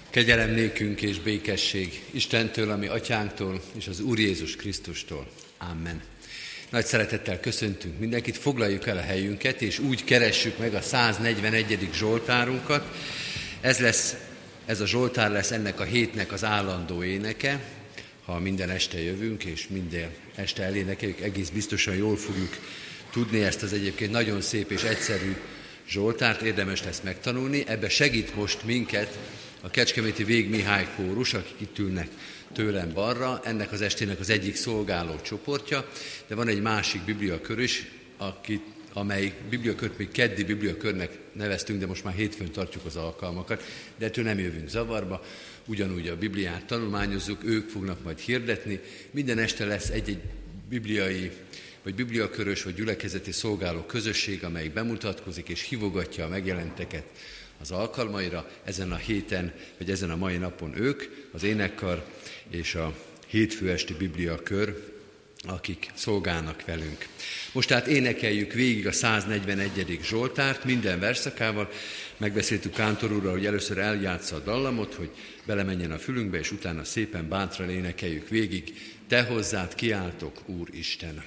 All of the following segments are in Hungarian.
Kegyelem nékünk és békesség Istentől, ami atyánktól, és az Úr Jézus Krisztustól. Amen. Nagy szeretettel köszöntünk mindenkit, foglaljuk el a helyünket, és úgy keressük meg a 141. Zsoltárunkat. Ez a Zsoltár lesz ennek a hétnek az állandó éneke. Ha minden este jövünk, és minden este elénekeljük, egész biztosan jól fogjuk tudni ezt az egyébként nagyon szép és egyszerű Zsoltárt, érdemes lesz megtanulni. Ebbe segít most minket a Kecskeméti Vég Mihály kórus, akik itt ülnek tőlem balra, ennek az estének az egyik szolgáló csoportja, de van egy másik bibliakör is, amely bibliakört még keddi bibliakörnek neveztünk, de most már hétfőn tartjuk az alkalmakat, de ettől nem jövünk zavarba, ugyanúgy a Bibliát tanulmányozzuk, ők fognak majd hirdetni. Minden este lesz egy bibliai, vagy bibliakörös, vagy gyülekezeti szolgáló közösség, amelyik bemutatkozik és hívogatja a megjelenteket az alkalmaira. Ezen a héten, vagy ezen a mai napon ők, az énekkar és a hétfő esti bibliakör, akik szolgálnak velünk. Most tehát énekeljük végig a 141. Zsoltárt minden verszakával. Megbeszéltük Kántor úrral, hogy először eljátsza a dallamot, hogy belemenjen a fülünkbe, és utána szépen bátran énekeljük végig. Te hozzád kiáltok, Úr Isten!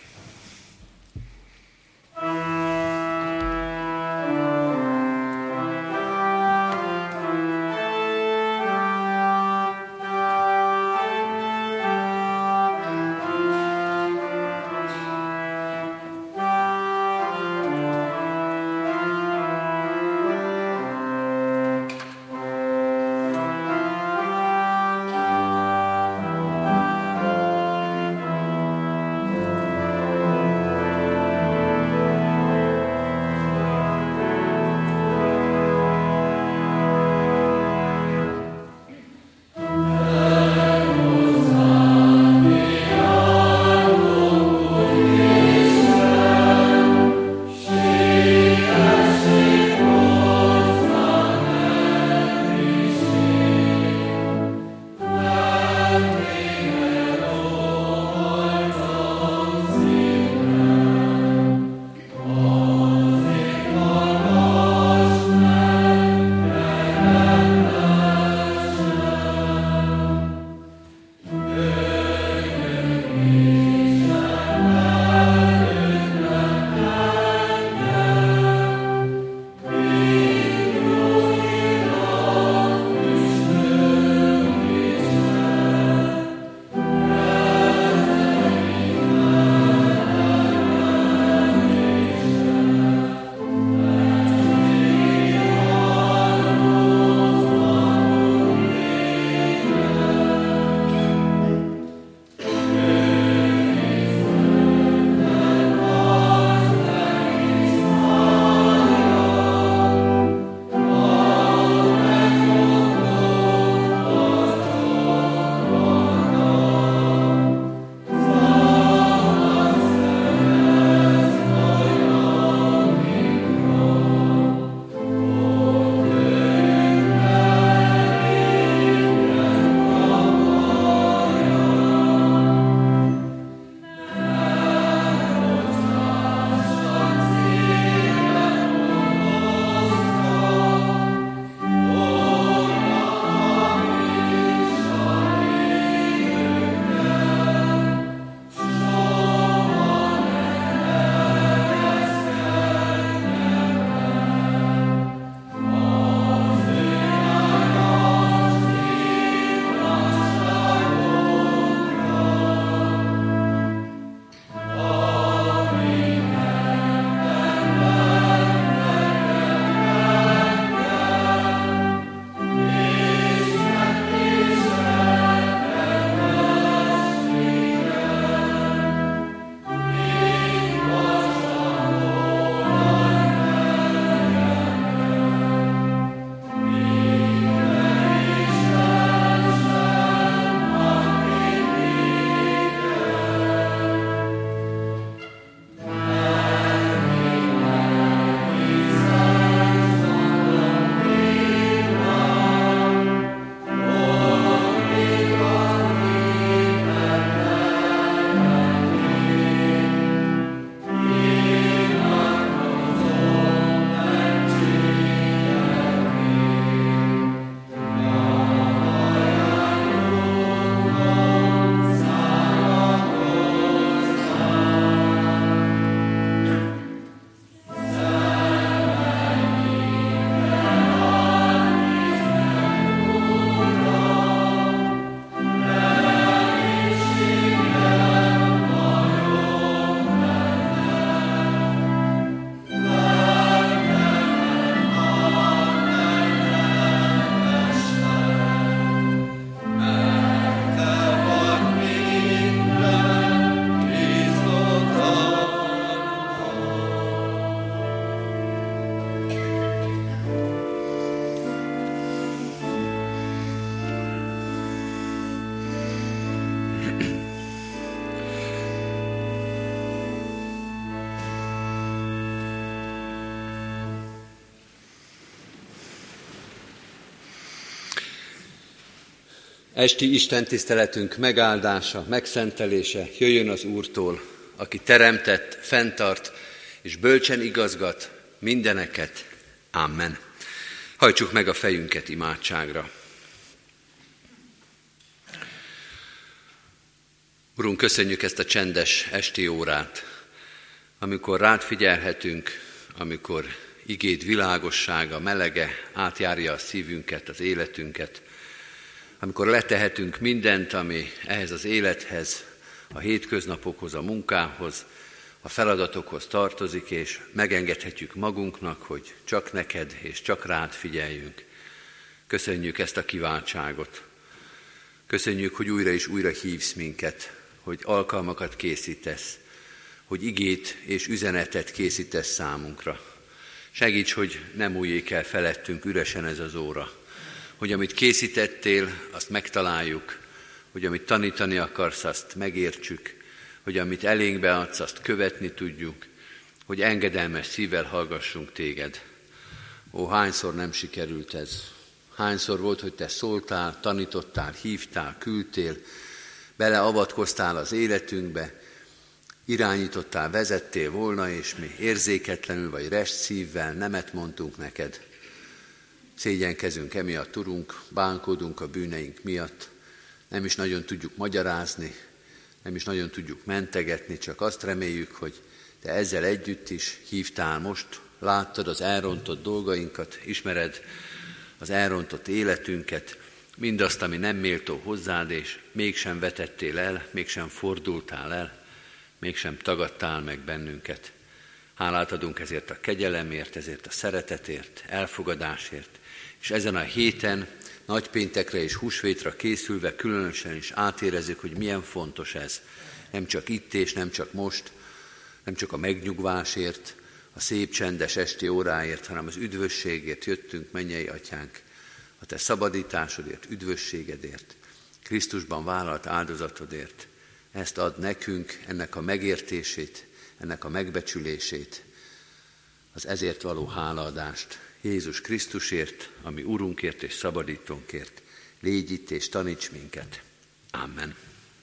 Esti istentiszteletünk megáldása, megszentelése jöjjön az Úrtól, aki teremtett, fenntart és bölcsen igazgat mindeneket. Amen. Hajtsuk meg a fejünket imádságra. Urunk, köszönjük ezt a csendes esti órát, amikor rád figyelhetünk, amikor igéd világossága, melege átjárja a szívünket, az életünket, amikor letehetünk mindent, ami ehhez az élethez, a hétköznapokhoz, a munkához, a feladatokhoz tartozik, és megengedhetjük magunknak, hogy csak neked és csak rád figyeljünk. Köszönjük ezt a kiváltságot. Köszönjük, hogy újra és újra hívsz minket, hogy alkalmakat készítesz, hogy igét és üzenetet készítesz számunkra. Segíts, hogy nem múljék el felettünk üresen ez az óra, hogy amit készítettél, azt megtaláljuk, hogy amit tanítani akarsz, azt megértsük, hogy amit elénk beadsz, azt követni tudjuk, hogy engedelmes szívvel hallgassunk téged. Ó, hányszor nem sikerült ez? Hányszor volt, hogy te szóltál, tanítottál, hívtál, küldtél, beleavatkoztál az életünkbe, irányítottál, vezettél volna, és mi érzéketlenül vagy rest szívvel nemet mondtunk neked. Szégyenkezünk emiatt, Urunk, bánkódunk a bűneink miatt, nem is nagyon tudjuk magyarázni, nem is nagyon tudjuk mentegetni, csak azt reméljük, hogy te ezzel együtt is hívtál most, láttad az elrontott dolgainkat, ismered az elrontott életünket, mindazt, ami nem méltó hozzád, és mégsem vetettél el, mégsem fordultál el, mégsem tagadtál meg bennünket. Hálát adunk ezért a kegyelemért, ezért a szeretetért, elfogadásért, és ezen a héten, nagypéntekre és húsvétra készülve különösen is átérezzük, hogy milyen fontos ez. Nem csak itt és nem csak most, nem csak a megnyugvásért, a szép csendes esti óráért, hanem az üdvösségért jöttünk, mennyei Atyánk, a te szabadításodért, üdvösségedért, Krisztusban vállalt áldozatodért. Ezt ad nekünk, ennek a megértését, ennek a megbecsülését, az ezért való hálaadást Jézus Krisztusért, ami Urunkért és szabadítónkért. Légy itt és taníts minket. Amen.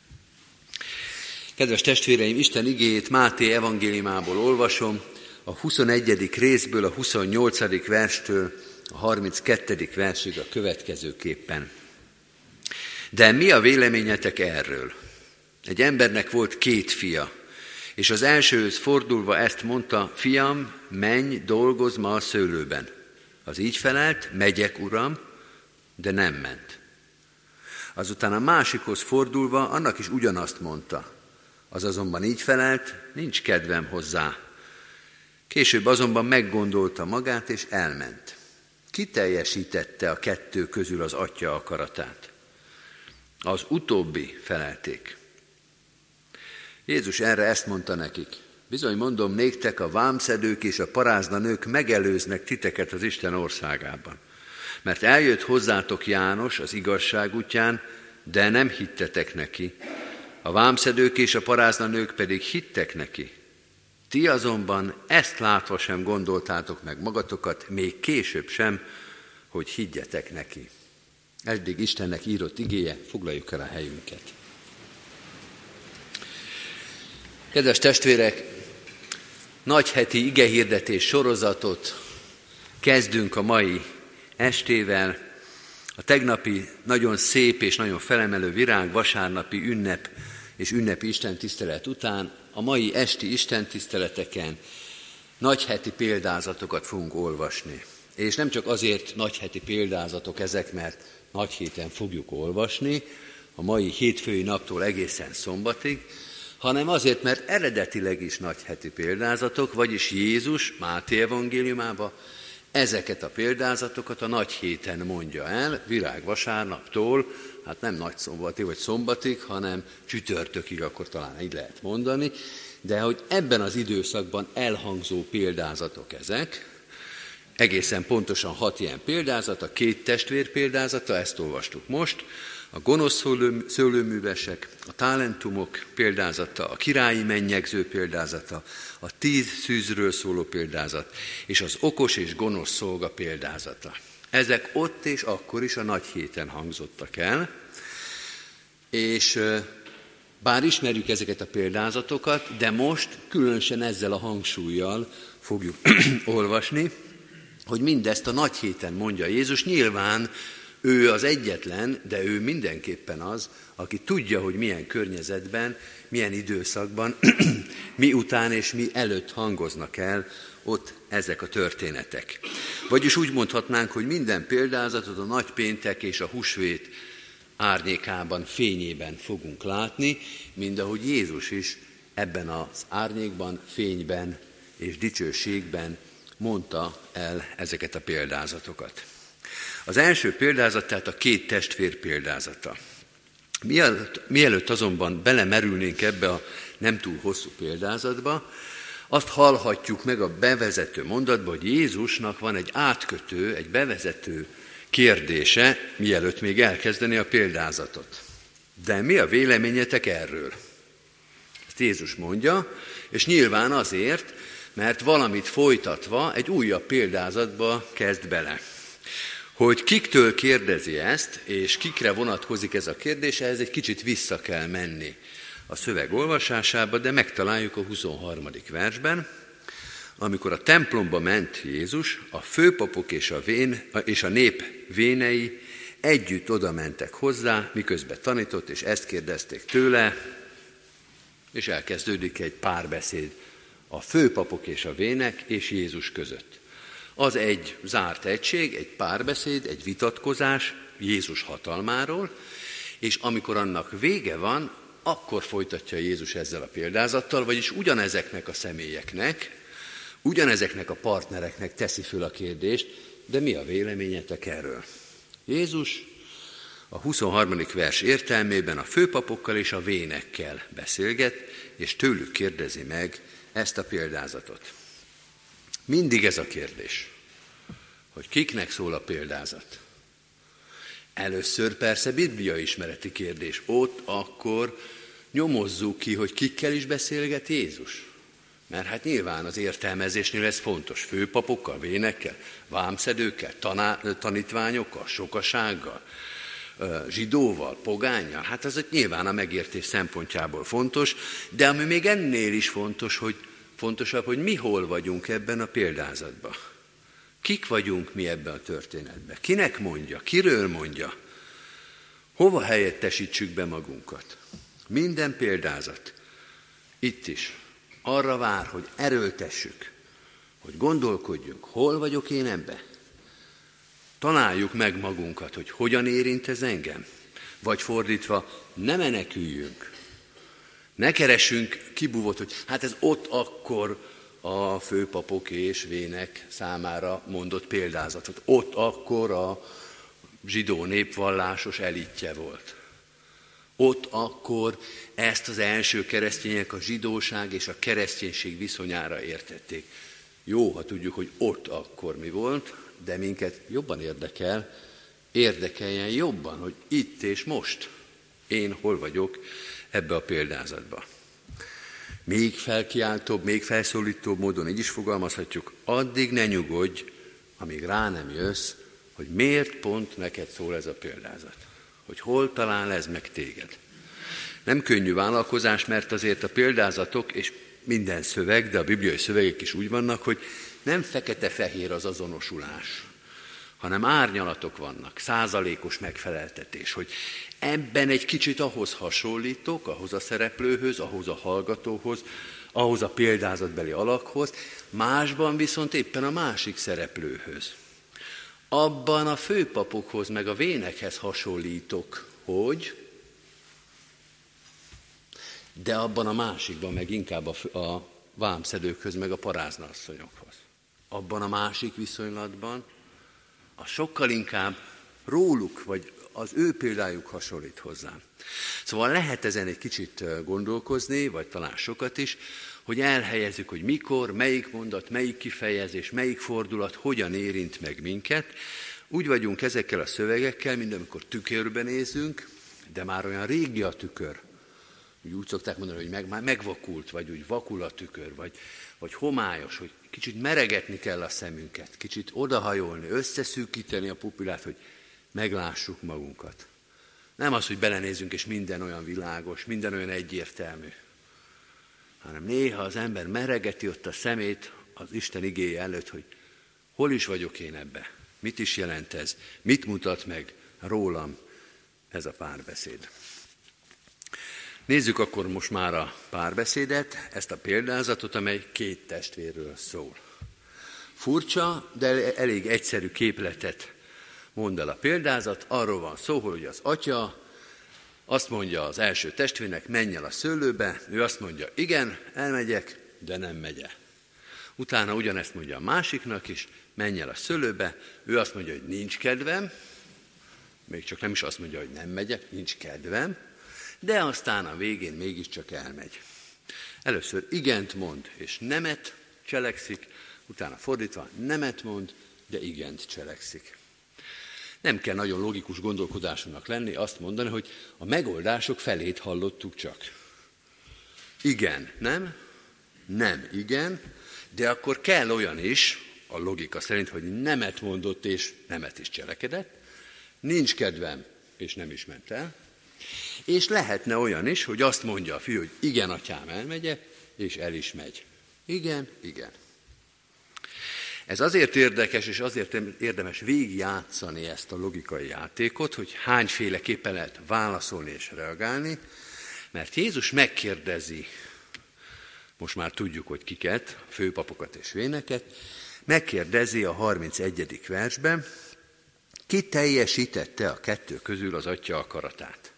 Kedves testvéreim, Isten igéjét Máté evangéliumából olvasom, a 21. részből, a 28. verstől a 32. versig a következőképpen. De mi a véleményetek erről? Egy embernek volt 2 fia, és az elsőhöz fordulva ezt mondta: fiam, menj, dolgozz ma a szőlőben. Az így felelt: megyek, uram, de nem ment. Azután a másikhoz fordulva annak is ugyanazt mondta. Az azonban így felelt: nincs kedvem hozzá. Később azonban meggondolta magát, és elment. Ki teljesítette a 2 közül az atya akaratát? Az utóbbi, felelték. Jézus erre ezt mondta nekik: bizony mondom néktek, a vámszedők és a paráznanők megelőznek titeket az Isten országában. Mert eljött hozzátok János az igazság útján, de nem hittetek neki. A vámszedők és a paráznanők pedig hittek neki. Ti azonban ezt látva sem gondoltátok meg magatokat, még később sem, hogy higgyetek neki. Eddig Istennek írott igéje, foglaljuk el a helyünket. Kedves testvérek, nagyheti igehirdetés sorozatot kezdünk a mai estével. A tegnapi nagyon szép és nagyon felemelő virágvasárnapi ünnep és ünnepi istentisztelet után a mai esti istentiszteleteken nagyheti példázatokat fogunk olvasni. És nem csak azért nagyheti példázatok ezek, mert nagy héten fogjuk olvasni, a mai hétfői naptól egészen szombatig, hanem azért, mert eredetileg is nagyheti példázatok, vagyis Jézus Máté evangéliumában ezeket a példázatokat a nagy héten mondja el, virágvasárnaptól, hát nem nagyszombati vagy szombatig, hanem csütörtökig, akkor talán így lehet mondani, de hogy ebben az időszakban elhangzó példázatok ezek, egészen pontosan 6 ilyen példázat, a 2 testvér példázata, ezt olvastuk most, a gonosz szőlőművesek, a talentumok példázata, a királyi mennyegző példázata, a 10 szűzről szóló példázat, és az okos és gonosz szolga példázata. Ezek ott és akkor is a nagy héten hangzottak el, És bár ismerjük ezeket a példázatokat, de most különösen ezzel a hangsúllyal fogjuk olvasni, hogy mindezt a nagy héten mondja Jézus. Nyilván ő az egyetlen, de ő mindenképpen az, aki tudja, hogy milyen környezetben, milyen időszakban, mi után és mi előtt hangoznak el ott ezek a történetek. Vagyis úgy mondhatnánk, hogy minden példázatot a nagypéntek és a húsvét árnyékában, fényében fogunk látni, mind ahogy Jézus is ebben az árnyékban, fényben és dicsőségben mondta el ezeket a példázatokat. Az első példázat, tehát a két testvér példázata. Mielőtt azonban belemerülnénk ebbe a nem túl hosszú példázatba, azt hallhatjuk meg a bevezető mondatban, hogy Jézusnak van egy átkötő, egy bevezető kérdése, mielőtt még elkezdeni a példázatot. De mi a véleményetek erről? Ezt Jézus mondja, és nyilván azért, mert valamit folytatva egy újabb példázatba kezd bele. Hogy kiktől kérdezi ezt, és kikre vonatkozik ez a kérdés, ehhez egy kicsit vissza kell menni a szöveg olvasásába, de megtaláljuk a 23. versben, amikor a templomba ment Jézus, a főpapok és a nép vénei együtt oda mentek hozzá, miközben tanított, és ezt kérdezték tőle, és elkezdődik egy párbeszéd a főpapok és a vének és Jézus között. Az egy zárt egység, egy párbeszéd, egy vitatkozás Jézus hatalmáról, és amikor annak vége van, akkor folytatja Jézus ezzel a példázattal, vagyis ugyanezeknek a személyeknek, ugyanezeknek a partnereknek teszi föl a kérdést, de mi a véleményetek erről? Jézus a 23. vers értelmében a főpapokkal és a vénekkel beszélget, és tőlük kérdezi meg ezt a példázatot. Mindig ez a kérdés, hogy kiknek szól a példázat. Először persze bibliaismereti kérdés. Ott akkor nyomozzuk ki, hogy kikkel is beszélget Jézus. Mert hát nyilván az értelmezésnél ez fontos. Főpapokkal, vénekkel, vámszedőkkel, tanítványokkal, sokasággal, zsidóval, pogánnyal. Hát ez nyilván a megértés szempontjából fontos, de ami még ennél is fontosabb, hogy mi hol vagyunk ebben a példázatban. Kik vagyunk mi ebben a történetben? Kinek mondja? Kiről mondja? Hova helyettesítsük be magunkat? Minden példázat itt is arra vár, hogy erőltessük, hogy gondolkodjunk, hol vagyok én ebbe? Találjuk meg magunkat, hogy hogyan érint ez engem. Vagy fordítva, ne meneküljünk. Ne keressünk kibúvót, hogy hát ez ott akkor a főpapok és vének számára mondott példázatot. Ott akkor a zsidó népvallásos elitje volt. Ott akkor ezt az első keresztények a zsidóság és a kereszténység viszonyára értették. Jó, ha tudjuk, hogy ott akkor mi volt, de minket jobban érdekeljen jobban, hogy itt és most én hol vagyok ebbe a példázatba. Még felkiáltóbb, még felszólítóbb módon így is fogalmazhatjuk, addig ne nyugodj, amíg rá nem jössz, hogy miért pont neked szól ez a példázat. Hogy hol talál ez meg téged. Nem könnyű vállalkozás, mert azért a példázatok és minden szöveg, de a bibliai szövegek is úgy vannak, hogy nem fekete-fehér az azonosulás, hanem árnyalatok vannak, százalékos megfeleltetés, hogy ebben egy kicsit ahhoz hasonlítok, ahhoz a szereplőhöz, ahhoz a hallgatóhoz, ahhoz a példázatbeli alakhoz, másban viszont éppen a másik szereplőhöz. Abban a főpapokhoz, meg a vénekhez hasonlítok, hogy, de abban a másikban meg inkább a vámszedőkhöz, meg a paráznaasszonyokhoz. Abban a másik viszonylatban a sokkal inkább róluk, vagy az ő példájuk hasonlít hozzám. Szóval lehet ezen egy kicsit gondolkozni, vagy talán sokat is, hogy elhelyezzük, hogy mikor, melyik mondat, melyik kifejezés, melyik fordulat hogyan érint meg minket. Úgy vagyunk ezekkel a szövegekkel, mint amikor tükörbe nézünk, de már olyan régi a tükör. Úgy szokták mondani, hogy már megvakult, vagy úgy vakul a tükör, vagy homályos, hogy kicsit meregetni kell a szemünket, kicsit odahajolni, összeszűkíteni a pupillát, hogy meglássuk magunkat. Nem az, hogy belenézünk, és minden olyan világos, minden olyan egyértelmű, hanem néha az ember meregeti ott a szemét az Isten igéje előtt, hogy hol is vagyok én ebbe, mit is jelent ez, mit mutat meg rólam ez a párbeszéd. Nézzük akkor most már a párbeszédet, ezt a példázatot, amely két testvérről szól. Furcsa, de elég egyszerű képletet mond el a példázat. Arról van szó, hogy az atya azt mondja az első testvérnek, menj el a szőlőbe, ő azt mondja, igen, elmegyek, de nem megye. Utána ugyanezt mondja a másiknak is, menj el a szőlőbe, ő azt mondja, hogy nincs kedvem, még csak nem is azt mondja, hogy nem megyek, nincs kedvem, de aztán a végén mégiscsak elmegy. Először igent mond, és nemet cselekszik, utána fordítva nemet mond, de igent cselekszik. Nem kell nagyon logikus gondolkodásúnak lenni, azt mondani, hogy a megoldások felét hallottuk csak. Igen, nem? Nem, igen, de akkor kell olyan is, a logika szerint, hogy nemet mondott és nemet is cselekedett, nincs kedvem és nem is ment el, és lehetne olyan is, hogy azt mondja a fiú, hogy igen, atyám, elmegyek, és el is megy. Igen, igen. Ez azért érdekes, és azért érdemes végigjátszani ezt a logikai játékot, hogy hányféleképpen lehet válaszolni és reagálni, mert Jézus megkérdezi, most már tudjuk, hogy kiket, főpapokat és véneket, megkérdezi a 31. versben, ki teljesítette a kettő közül az atya akaratát.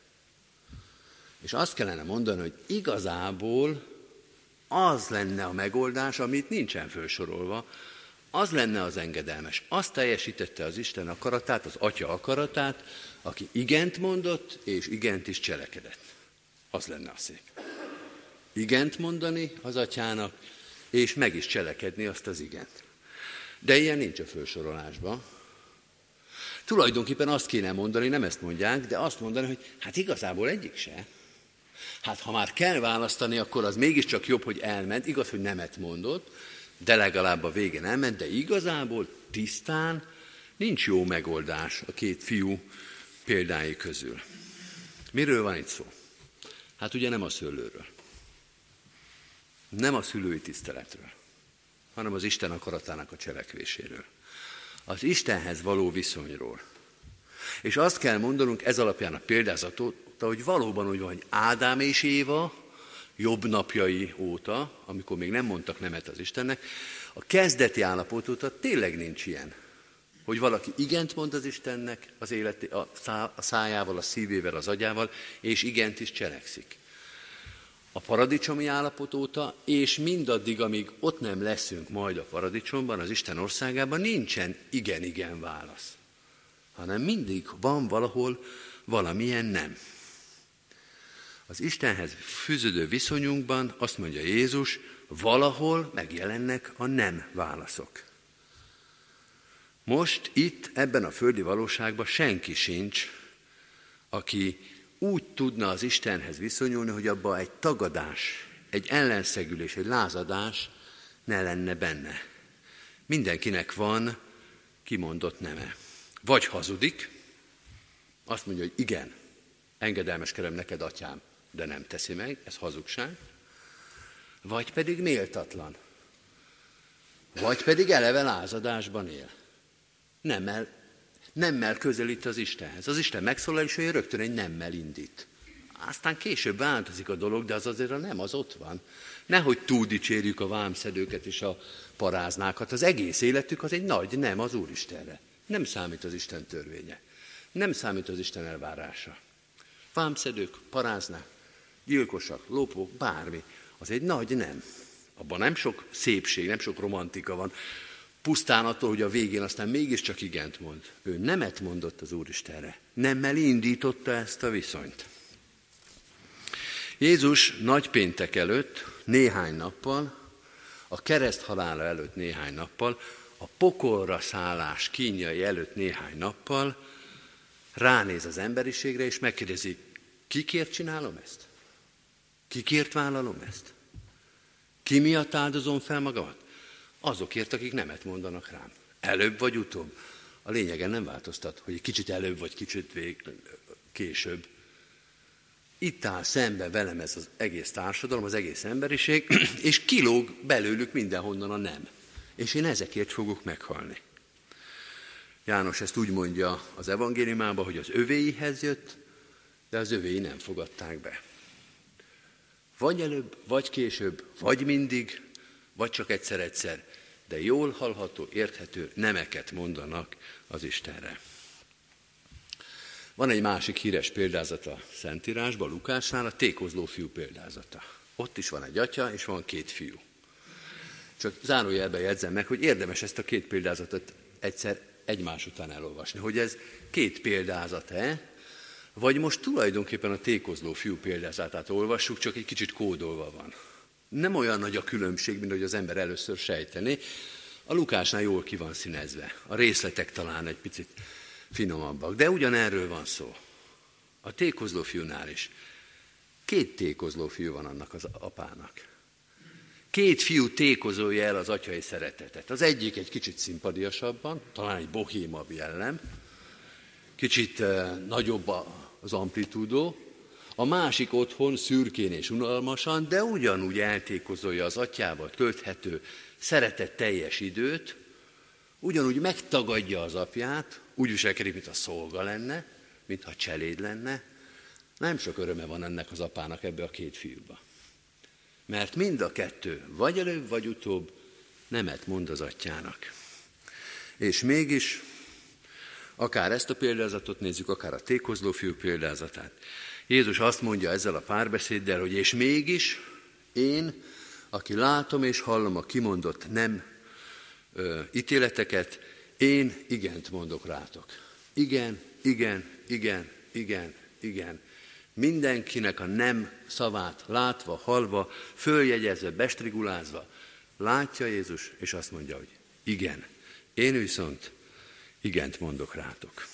És azt kellene mondani, hogy igazából az lenne a megoldás, amit nincsen felsorolva, az lenne az engedelmes. Azt teljesítette az Isten akaratát, az atya akaratát, aki igent mondott, és igent is cselekedett. Az lenne a szép. Igent mondani az atyának, és meg is cselekedni azt az igent. De ilyen nincs a felsorolásban. Tulajdonképpen azt kéne mondani, nem ezt mondják, de azt mondani, hogy hát igazából egyik se. Hát ha már kell választani, akkor az mégiscsak jobb, hogy elment. Igaz, hogy nemet mondott, de legalább a végén elment, de igazából tisztán nincs jó megoldás a két fiú példái közül. Miről van itt szó? Hát ugye nem a szőlőről. Nem a szülői tiszteletről, hanem az Isten akaratának a cselekvéséről. Az Istenhez való viszonyról. És azt kell mondanunk ez alapján a példázatot, hogy valóban úgy van, hogy Ádám és Éva jobb napjai óta, amikor még nem mondtak nemet az Istennek, a kezdeti állapot óta tényleg nincs ilyen. Hogy valaki igent mond az Istennek az a szájával, a szívével, az agyával, és igent is cselekszik. A paradicsomi állapot óta, és mindaddig, amíg ott nem leszünk majd a paradicsomban, az Isten országában, nincsen igen-igen válasz. Hanem mindig van valahol valamilyen nem. Az Istenhez fűződő viszonyunkban, azt mondja Jézus, valahol megjelennek a nem válaszok. Most itt, ebben a földi valóságban senki sincs, aki úgy tudna az Istenhez viszonyulni, hogy abban egy tagadás, egy ellenszegülés, egy lázadás ne lenne benne. Mindenkinek van kimondott neme. Vagy hazudik, azt mondja, hogy igen, engedelmeskedem neked, atyám, de nem teszi meg, ez hazugság. Vagy pedig méltatlan. Vagy pedig eleve lázadásban él. Nemmel közelít az Istenhez. Az Isten megszólal, és ő rögtön egy nemmel indít. Aztán később változik a dolog, de az azért a nem, az ott van. Nehogy túl dicsérjük a vámszedőket és a paráznákat. Az egész életük az egy nagy nem az Úristenre. Nem számít az Isten törvénye. Nem számít az Isten elvárása. Vámszedők, paráznák, gyilkosak, lopók, bármi. Az egy nagy nem. Abban nem sok szépség, nem sok romantika van. Pusztán attól, hogy a végén aztán mégiscsak igent mond. Ő nemet mondott az Úristenre. Nemmel indította ezt a viszonyt. Jézus nagypéntek előtt néhány nappal, a kereszt halála előtt néhány nappal, a pokolra szállás kínjai előtt néhány nappal ránéz az emberiségre, és megkérdezi, kikért csinálom ezt? Kikért vállalom ezt? Ki miatt áldozom fel magamat? Azokért, akik nemet mondanak rám. Előbb vagy utóbb. A lényegen nem változtat, hogy kicsit előbb vagy kicsit később. itt áll szembe velem ez az egész társadalom, az egész emberiség, és kilóg belőlük mindenhonnan a nem. És én ezekért fogok meghalni. János ezt úgy mondja az evangéliumában, hogy az övéihez jött, de az övéi nem fogadták be. Vagy előbb, vagy később, vagy mindig, vagy csak egyszer-egyszer, de jól hallható, érthető nemeket mondanak az Istenre. Van egy másik híres példázata a Szentírásban, Lukásnál, a tékozló fiú példázata. Ott is van egy atya, és van 2 fiú. Csak zárójelben jegyzem meg, hogy érdemes ezt a 2 példázatot egyszer egymás után elolvasni. Hogy ez 2 példázat-e, vagy most tulajdonképpen a tékozló fiú példázatát olvassuk, csak egy kicsit kódolva van. Nem olyan nagy a különbség, mint hogy az ember először sejtené. A Lukásnál jól ki van színezve. A részletek talán egy picit finomabbak, de ugyanerről van szó. A tékozló fiúnál is. 2 tékozló fiú van annak az apának. 2 fiú tékozolja el az atyai szeretetet. Az egyik egy kicsit szimpadiasabban, talán egy bohémabb jellem, kicsit nagyobb az amplitúdó, a másik otthon szürkén és unalmasan, de ugyanúgy eltékozolja az atyával tölthető szeretetteljes időt, ugyanúgy megtagadja az apját, úgy viselkedik, mint a szolga lenne, mintha cseléd lenne. Nem sok öröme van ennek az apának ebbe a 2 fiúba. Mert mind a 2 vagy előbb, vagy utóbb nemet mond az atyának. És mégis, akár ezt a példázatot nézzük, akár a tékozló fiú példázatát, Jézus azt mondja ezzel a párbeszéddel, hogy és mégis én, aki látom és hallom a kimondott nem ítéleteket, én igent mondok rátok. Igen, igen, igen, igen, igen. Mindenkinek a nem szavát látva, hallva, följegyezve, bestrigulázva, látja Jézus, és azt mondja, hogy igen. Én viszont igent mondok rátok.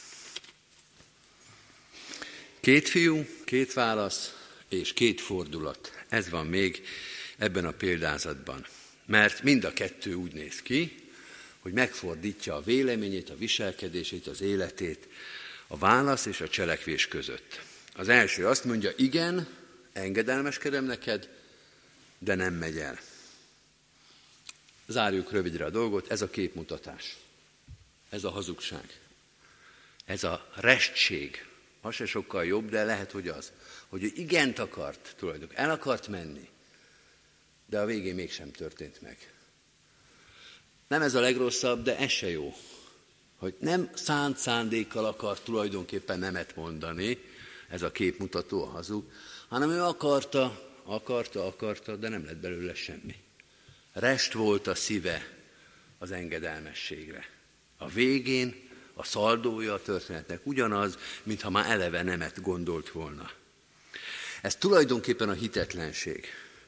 2 fiú, 2 válasz és 2 fordulat. Ez van még ebben a példázatban. Mert mind a 2 úgy néz ki, hogy megfordítja a véleményét, a viselkedését, az életét a válasz és a cselekvés között. Az első azt mondja, igen, engedelmeskedem neked, de nem megy el. Zárjuk rövidre a dolgot, ez a képmutatás, ez a hazugság, ez a restség, az se sokkal jobb, de lehet, hogy az, hogy ő igent akart tulajdonképpen, el akart menni, de a végén mégsem történt meg. Nem ez a legrosszabb, de ez se jó, hogy nem szánt szándékkal akart tulajdonképpen nemet mondani, ez a képmutató, a hazug, hanem ő akarta, de nem lett belőle semmi. Rest volt a szíve az engedelmességre. A végén a szaldója a történetnek ugyanaz, mintha már eleve nemet gondolt volna. Ez tulajdonképpen a hitetlenség.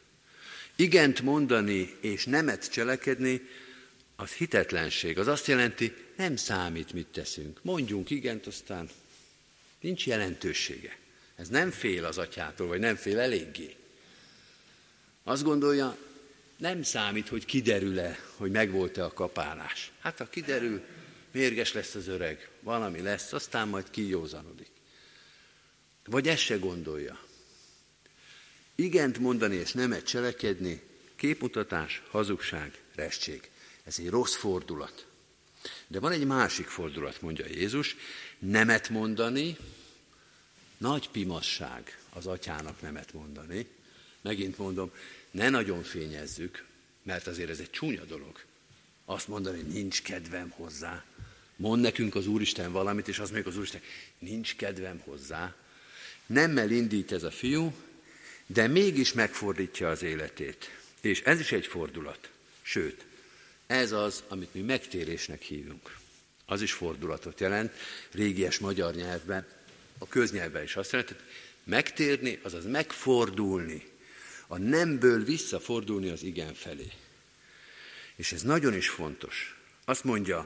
Igent mondani és nemet cselekedni, az hitetlenség. Az azt jelenti, nem számít, mit teszünk. Mondjunk igent, aztán nincs jelentősége. Ez nem fél az atyától, vagy nem fél eléggé. Azt gondolja, nem számít, hogy kiderül-e, hogy megvolt-e a kapálás. Hát ha kiderül, mérges lesz az öreg, valami lesz, aztán majd kijózanodik. Vagy ezt se gondolja. Igent mondani és nemet cselekedni, képmutatás, hazugság, restség. Ez egy rossz fordulat. De van egy másik fordulat, mondja Jézus, nemet mondani, nagy pimasság az atyának nemet mondani. Megint mondom, ne nagyon fényezzük, mert azért ez egy csúnya dolog. Azt mondani, nincs kedvem hozzá. Mond nekünk az Úristen valamit, és az még az Úristen, nincs kedvem hozzá. Nemmel indít ez a fiú, de mégis megfordítja az életét. És ez is egy fordulat. Sőt, ez az, amit mi megtérésnek hívunk. Az is fordulatot jelent, régies magyar nyelvben, a köznyelvben is azt jelenti, megtérni, azaz megfordulni, a nemből visszafordulni az igen felé. És ez nagyon is fontos. Azt mondja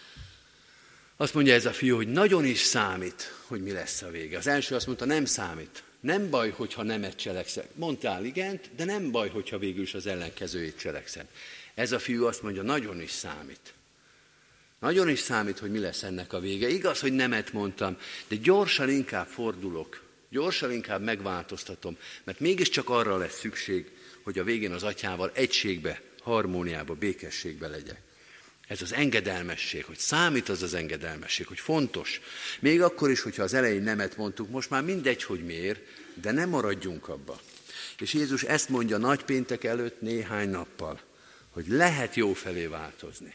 ez a fiú, hogy nagyon is számít, hogy mi lesz a vége. Az első azt mondta, nem számít. Nem baj, hogyha nemet cselekszem. Mondtál igent, de nem baj, hogyha végül is az ellenkezőjét cselekszem. Ez a fiú azt mondja, nagyon is számít. Nagyon is számít, hogy mi lesz ennek a vége. Igaz, hogy nemet mondtam, de gyorsan inkább fordulok Gyorsan inkább megváltoztatom, mert mégiscsak arra lesz szükség, hogy a végén az Atyával egységbe, harmóniába, békességbe legyek. Ez az engedelmesség, hogy számít az engedelmesség, hogy fontos. Még akkor is, hogyha az elején nemet mondtuk, most már mindegy, hogy miért, de ne maradjunk abba. És Jézus ezt mondja nagypéntek előtt néhány nappal, hogy lehet jó felé változni.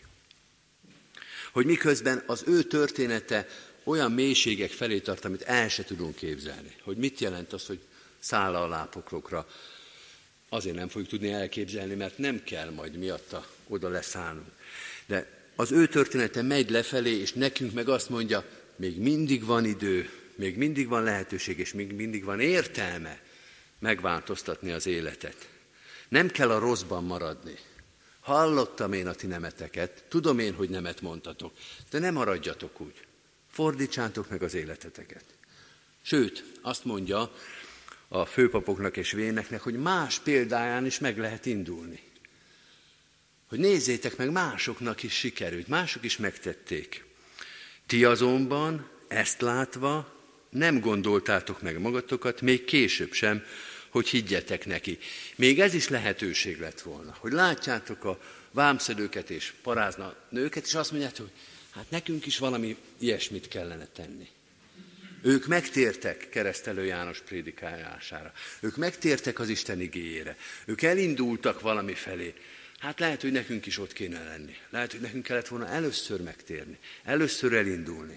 Hogy miközben az ő története olyan mélységek felé tart, amit el se tudunk képzelni. Hogy mit jelent az, hogy száll a lápoklokra. Azért nem fogjuk tudni elképzelni, mert nem kell majd miatta oda leszállnunk. De az ő története megy lefelé, és nekünk meg azt mondja, még mindig van idő, még mindig van lehetőség, és még mindig van értelme megváltoztatni az életet. Nem kell a rosszban maradni. Hallottam én a ti nemeteket, tudom én, hogy nemet mondtatok, de ne maradjatok úgy. Fordítsátok meg az életeteket. Sőt, azt mondja a főpapoknak és véneknek, hogy más példáján is meg lehet indulni. Hogy nézzétek meg, másoknak is sikerült, mások is megtették. Ti azonban ezt látva nem gondoltátok meg magatokat, még később sem, hogy higgyetek neki. Még ez is lehetőség lett volna, hogy látjátok a vámszedőket és parázna nőket, és azt mondjátok, hogy hát nekünk is valami ilyesmit kellene tenni. Ők megtértek Keresztelő János prédikálására. Ők megtértek az Isten igéjére. Ők elindultak valami felé. Hát lehet, hogy nekünk is ott kéne lenni. Lehet, hogy nekünk kellett volna először megtérni. Először elindulni.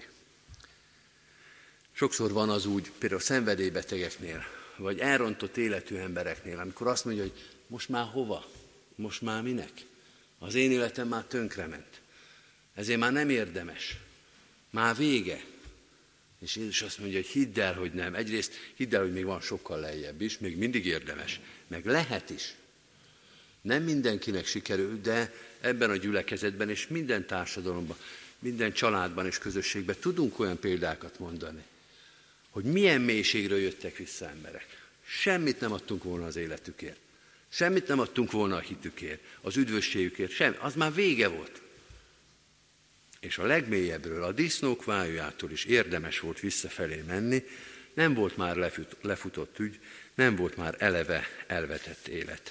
Sokszor van az úgy, például a szenvedélybetegeknél, vagy elrontott életű embereknél, amikor azt mondja, hogy most már hova? Most már minek? Az én életem már tönkrement. Ezért már nem érdemes. Már vége. És Jézus azt mondja, hogy hidd el, hogy nem. Egyrészt hidd el, hogy még van sokkal lejjebb is, még mindig érdemes. Meg lehet is. Nem mindenkinek sikerül, de ebben a gyülekezetben és minden társadalomban, minden családban és közösségben tudunk olyan példákat mondani, hogy milyen mélységről jöttek vissza emberek. Semmit nem adtunk volna az életükért. Semmit nem adtunk volna a hitükért, az üdvösségükért. Semmi. Az már vége volt. És a legmélyebbről, a disznók vájújától is érdemes volt visszafelé menni, nem volt már lefutott ügy, nem volt már eleve elvetett élet.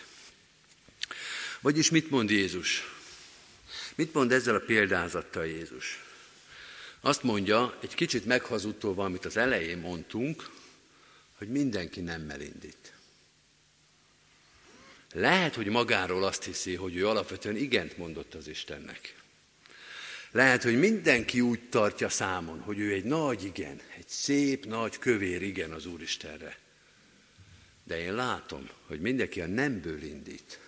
Vagyis mit mond Jézus? Mit mond ezzel a példázattal Jézus? Azt mondja, egy kicsit meghazudtolva, amit az elején mondtunk, hogy mindenki nemmel indít. Lehet, hogy magáról azt hiszi, hogy ő alapvetően igent mondott az Istennek. Lehet, hogy mindenki úgy tartja számon, hogy ő egy nagy igen, egy szép, nagy, kövér igen az Úristenre. De én látom, hogy mindenki a nemből indít.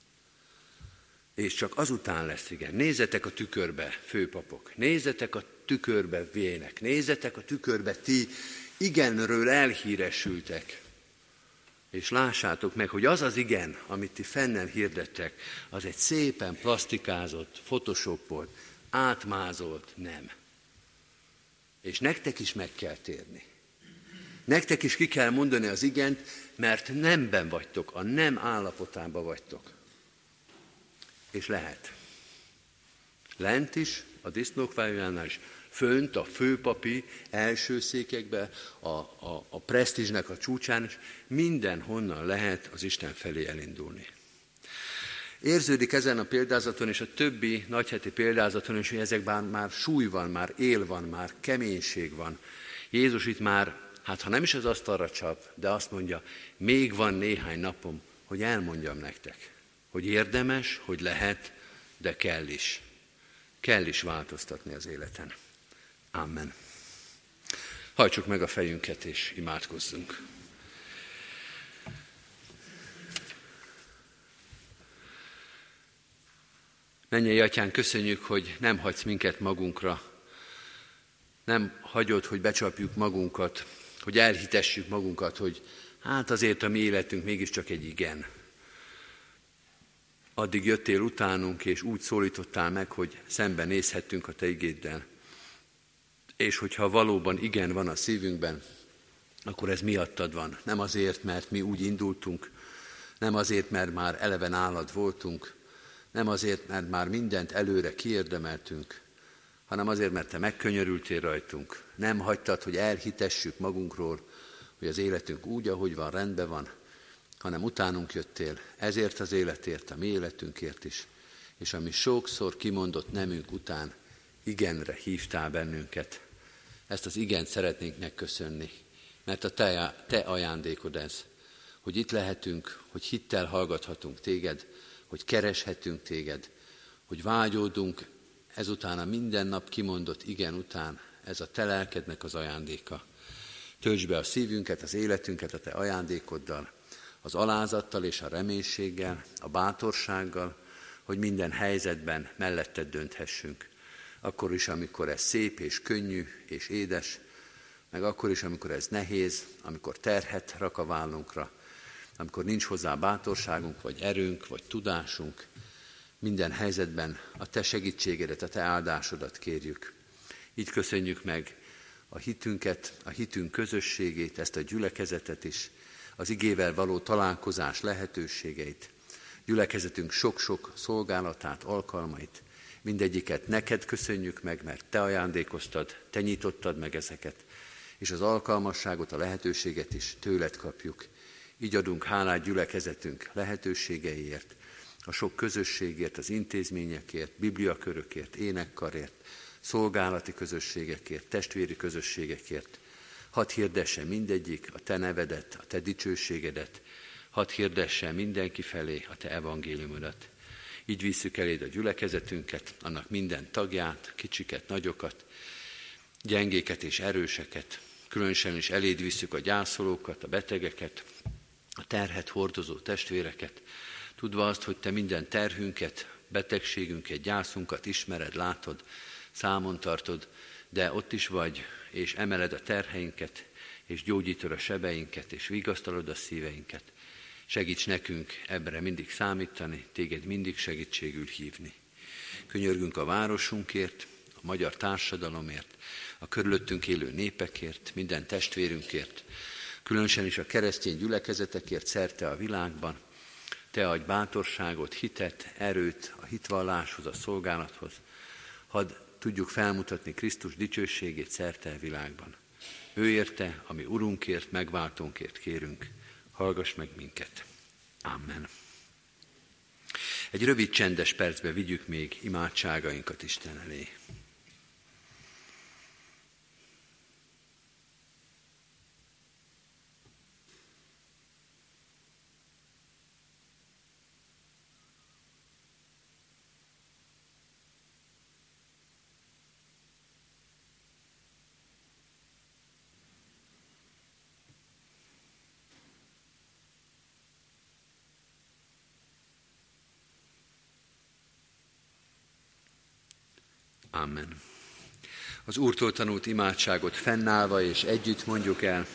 És csak azután lesz igen. Nézzetek a tükörbe, főpapok, nézzetek a tükörbe, vének, nézzetek a tükörbe, ti igenről elhíresültek. És lássátok meg, hogy az az igen, amit ti fennen hirdettek, az egy szépen plastikázott, photoshopolt, átmázolt nem. És nektek is meg kell térni. Nektek is ki kell mondani az igent, mert nemben vagytok, a nem állapotában vagytok. És lehet. Lent is, a disznók vájújánál is, fönt a főpapi első székekbe, a presztízsnek a csúcsán is, mindenhonnan lehet az Isten felé elindulni. Érződik ezen a példázaton és a többi nagyheti példázaton is, hogy ezekben már súly van, már él van, már keménység van. Jézus itt már, hát ha nem is az asztalra csap, de azt mondja, még van néhány napom, hogy elmondjam nektek, hogy érdemes, hogy lehet, de kell is. Kell is változtatni az életen. Amen. Hajtsuk meg a fejünket és imádkozzunk. Mennyei Atyánk, köszönjük, hogy nem hagysz minket magunkra. Nem hagyod, hogy becsapjuk magunkat, hogy elhitessük magunkat, hogy hát azért a mi életünk mégiscsak egy igen. Addig jöttél utánunk, és úgy szólítottál meg, hogy szemben nézhettünk a te igéddel. És hogyha valóban igen van a szívünkben, akkor ez miattad van. Nem azért, mert mi úgy indultunk, nem azért, mert már eleve nálad voltunk, nem azért, mert már mindent előre kiérdemeltünk, hanem azért, mert te megkönyörültél rajtunk. Nem hagytad, hogy elhitessük magunkról, hogy az életünk úgy, ahogy van, rendben van, hanem utánunk jöttél ezért az életért, a mi életünkért is, és ami sokszor kimondott nemünk után igenre hívtál bennünket. Ezt az igent szeretnénk megköszönni, mert a te ajándékod ez, hogy itt lehetünk, hogy hittel hallgathatunk téged, hogy kereshetünk téged, hogy vágyódunk ezután a minden nap kimondott igen után, ez a te lelkednek az ajándéka. Töltsd be a szívünket, az életünket a te ajándékoddal, az alázattal és a reménységgel, a bátorsággal, hogy minden helyzetben melletted dönthessünk. Akkor is, amikor ez szép és könnyű és édes, meg akkor is, amikor ez nehéz, amikor terhet rak a vállunkra, amikor nincs hozzá bátorságunk, vagy erőnk, vagy tudásunk, minden helyzetben a te segítségedet, a te áldásodat kérjük. Így köszönjük meg a hitünket, a hitünk közösségét, ezt a gyülekezetet is, az igével való találkozás lehetőségeit, gyülekezetünk sok-sok szolgálatát, alkalmait, mindegyiket neked köszönjük meg, mert te ajándékoztad, te nyitottad meg ezeket, és az alkalmasságot, a lehetőséget is tőled kapjuk. Így adunk hálát gyülekezetünk lehetőségeiért, a sok közösségért, az intézményekért, bibliakörökért, énekkarért, szolgálati közösségekért, testvéri közösségekért. Hadd hirdesse mindegyik a te nevedet, a te dicsőségedet, hadd hirdesse mindenki felé a te evangéliumodat. Így visszük eléd a gyülekezetünket, annak minden tagját, kicsiket, nagyokat, gyengéket és erőseket, különösen is eléd visszük a gyászolókat, a betegeket, a terhet hordozó testvéreket, tudva azt, hogy te minden terhünket, betegségünket, gyászunkat ismered, látod, számon tartod, de ott is vagy, és emeled a terheinket, és gyógyítod a sebeinket, és vigasztalod a szíveinket. Segíts nekünk ebbre mindig számítani, téged mindig segítségül hívni. Könyörgünk a városunkért, a magyar társadalomért, a körülöttünk élő népekért, minden testvérünkért, különösen is a keresztény gyülekezetekért szerte a világban. Te adj bátorságot, hitet, erőt a hitvalláshoz, a szolgálathoz. Hadd tudjuk felmutatni Krisztus dicsőségét szerte a világban. Ő érte, ami Urunkért, megváltónkért kérünk. Hallgass meg minket. Amen. Egy rövid csendes percbe vigyük még imádságainkat Isten elé. Amen. Az Úrtól tanult imádságot fennállva és együtt mondjuk el.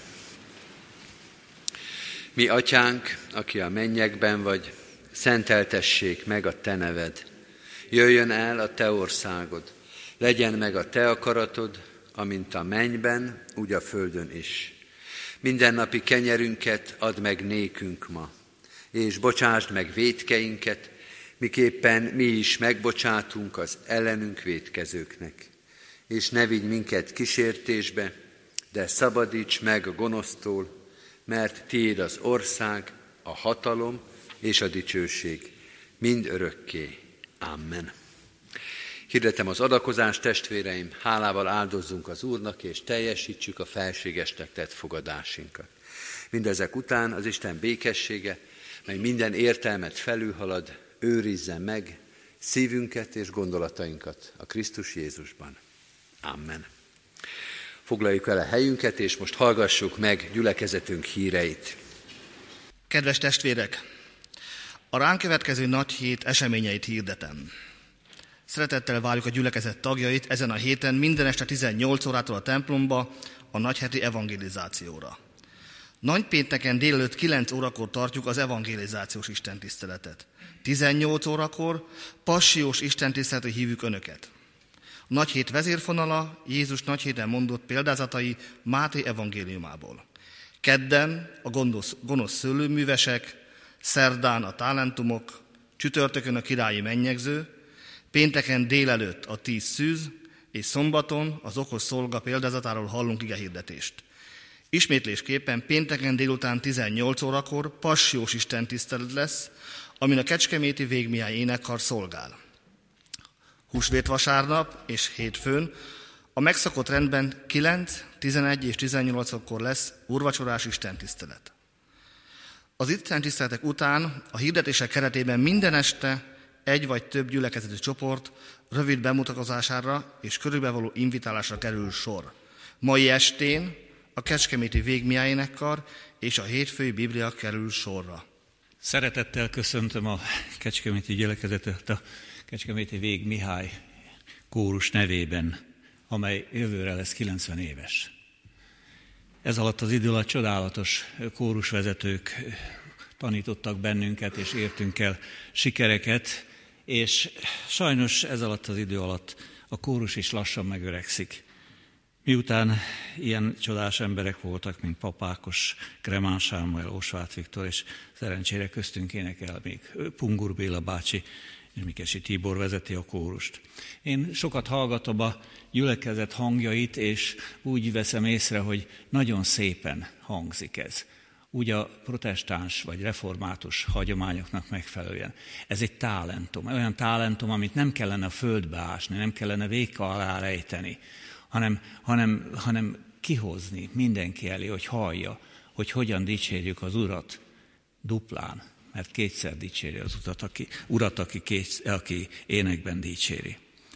Mi atyánk, aki a mennyekben vagy, szenteltessék meg a te neved. Jöjjön el a te országod. Legyen meg a te akaratod, amint a mennyben, úgy a földön is. Mindennapi kenyerünket add meg nékünk ma, és bocsásd meg vétkeinket, miképpen mi is megbocsátunk az ellenünk vétkezőknek. És ne vigy minket kísértésbe, de szabadíts meg a gonosztól, mert tiéd az ország, a hatalom és a dicsőség, mind örökké. Amen. Hirdetem az adakozást, testvéreim, hálával áldozzunk az Úrnak, és teljesítsük a felségesnek tett fogadásunkat. Mindezek után az Isten békessége, mely minden értelmet felülhalad, őrizze meg szívünket és gondolatainkat a Krisztus Jézusban. Amen. Foglaljuk el a helyünket, és most hallgassuk meg gyülekezetünk híreit. Kedves testvérek! A ránk következő nagy hét eseményeit hirdetem. Szeretettel várjuk a gyülekezet tagjait ezen a héten minden este 18 órától a templomba a nagyheti evangelizációra. Nagypénteken délelőtt 9 órakor tartjuk az evangelizációs istentiszteletet. 18 órakor passiós istentiszteletre hívjuk önöket. A nagyhét vezérfonala Jézus nagyhéten mondott példázatai Máté evangéliumából. Kedden a gonosz szőlőművesek, szerdán a talentumok, csütörtökön a királyi mennyegző, pénteken délelőtt a 10 szűz, és szombaton az okos szolga példázatáról hallunk igehirdetést. Ismétlésképpen pénteken délután 18 órakor passiós istentisztelet lesz, amin a kecskeméti Végmihály énekkar szolgál. Húsvétvasárnap és hétfőn a megszokott rendben 9, 11 és 18-kor lesz úrvacsorás istentisztelet. Az istentiszteletek után a hirdetések keretében minden este egy vagy több gyülekezeti csoport rövid bemutatkozására és körülbevaló invitálásra kerül sor. Mai estén a kecskeméti Végmihály énekkar és a hétfői Biblia kerül sorra. Szeretettel köszöntöm a kecskeméti gyülekezetet a Kecskeméti Végmihály kórus nevében, amely jövőre lesz 90 éves. Ez alatt az idő alatt csodálatos kórusvezetők tanítottak bennünket, és értünk el sikereket, és sajnos ez alatt az idő alatt a kórus is lassan megöregszik. Miután ilyen csodás emberek voltak, mint Pap Ákos, Kremán Sámuel, Ósvát Viktor, és szerencsére köztünk énekel még Pungur Béla bácsi, és Mikesi Tibor vezeti a kórust. Én sokat hallgatom a gyülekezet hangjait, és úgy veszem észre, hogy nagyon szépen hangzik ez. Úgy a protestáns vagy református hagyományoknak megfelelően. Ez egy talentum, olyan talentum, amit nem kellene a földbe ásni, nem kellene véka alá rejteni, hanem kihozni mindenki elé, hogy hallja, hogy hogyan dicsérjük az Urat duplán, mert kétszer dicséri az Urat, aki énekben dicséri.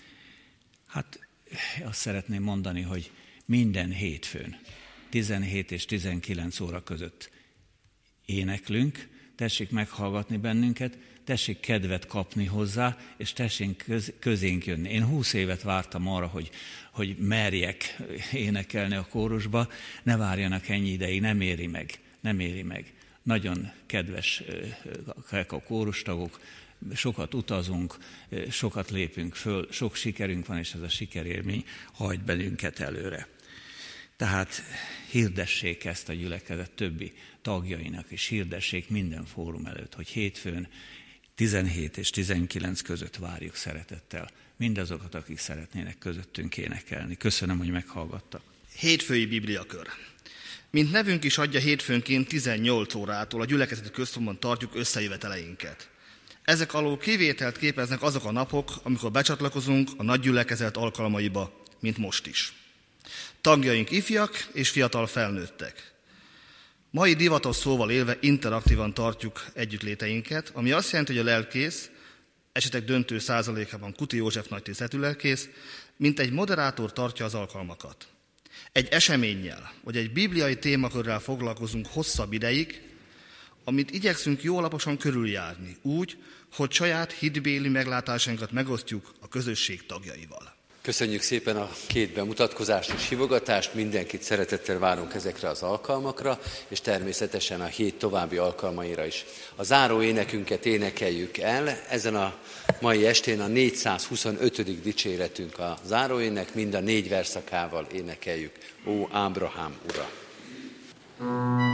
Hát azt szeretném mondani, hogy minden hétfőn, 17 és 19 óra között éneklünk, tessék meghallgatni bennünket, tessék kedvet kapni hozzá, és tessék közénk jönni. Én 20 évet vártam arra, hogy merjek énekelni a kórusba, ne várjanak ennyi ideig, nem éri meg. Nagyon kedvesek a kórustagok, sokat utazunk, sokat lépünk föl, sok sikerünk van, és ez a sikerélmény hajt bennünket előre. Tehát hirdessék ezt a gyülekezet többi tagjainak, és hirdessék minden fórum előtt, hogy hétfőn 17 és 19 között várjuk szeretettel mindazokat, akik szeretnének közöttünk énekelni. Köszönöm, hogy meghallgattak. Hétfői Bibliakör. Mint nevünk is adja, hétfőnként 18 órától a gyülekezeti központban tartjuk összejöveteleinket. Ezek alól kivételt képeznek azok a napok, amikor becsatlakozunk a nagy gyülekezet alkalmaiba, mint most is. Tagjaink ifjak és fiatal felnőttek. Mai divatos szóval élve interaktívan tartjuk együttléteinket, ami azt jelenti, hogy a lelkész, esetek döntő százalékában Kuti József nagytiszteletű lelkész, mint egy moderátor tartja az alkalmakat. Egy eseménnyel, vagy egy bibliai témakörrel foglalkozunk hosszabb ideig, amit igyekszünk jó alaposan körüljárni, úgy, hogy saját hitbéli meglátásainkat megosztjuk a közösség tagjaival. Köszönjük szépen a két bemutatkozást és hívogatást, mindenkit szeretettel várunk ezekre az alkalmakra, és természetesen a hét további alkalmaira is. A záró énekünket énekeljük el, ezen a mai estén a 425. dicséretünk a záróének, mind a 4 verszakával énekeljük. Ó, Ábrahám ura!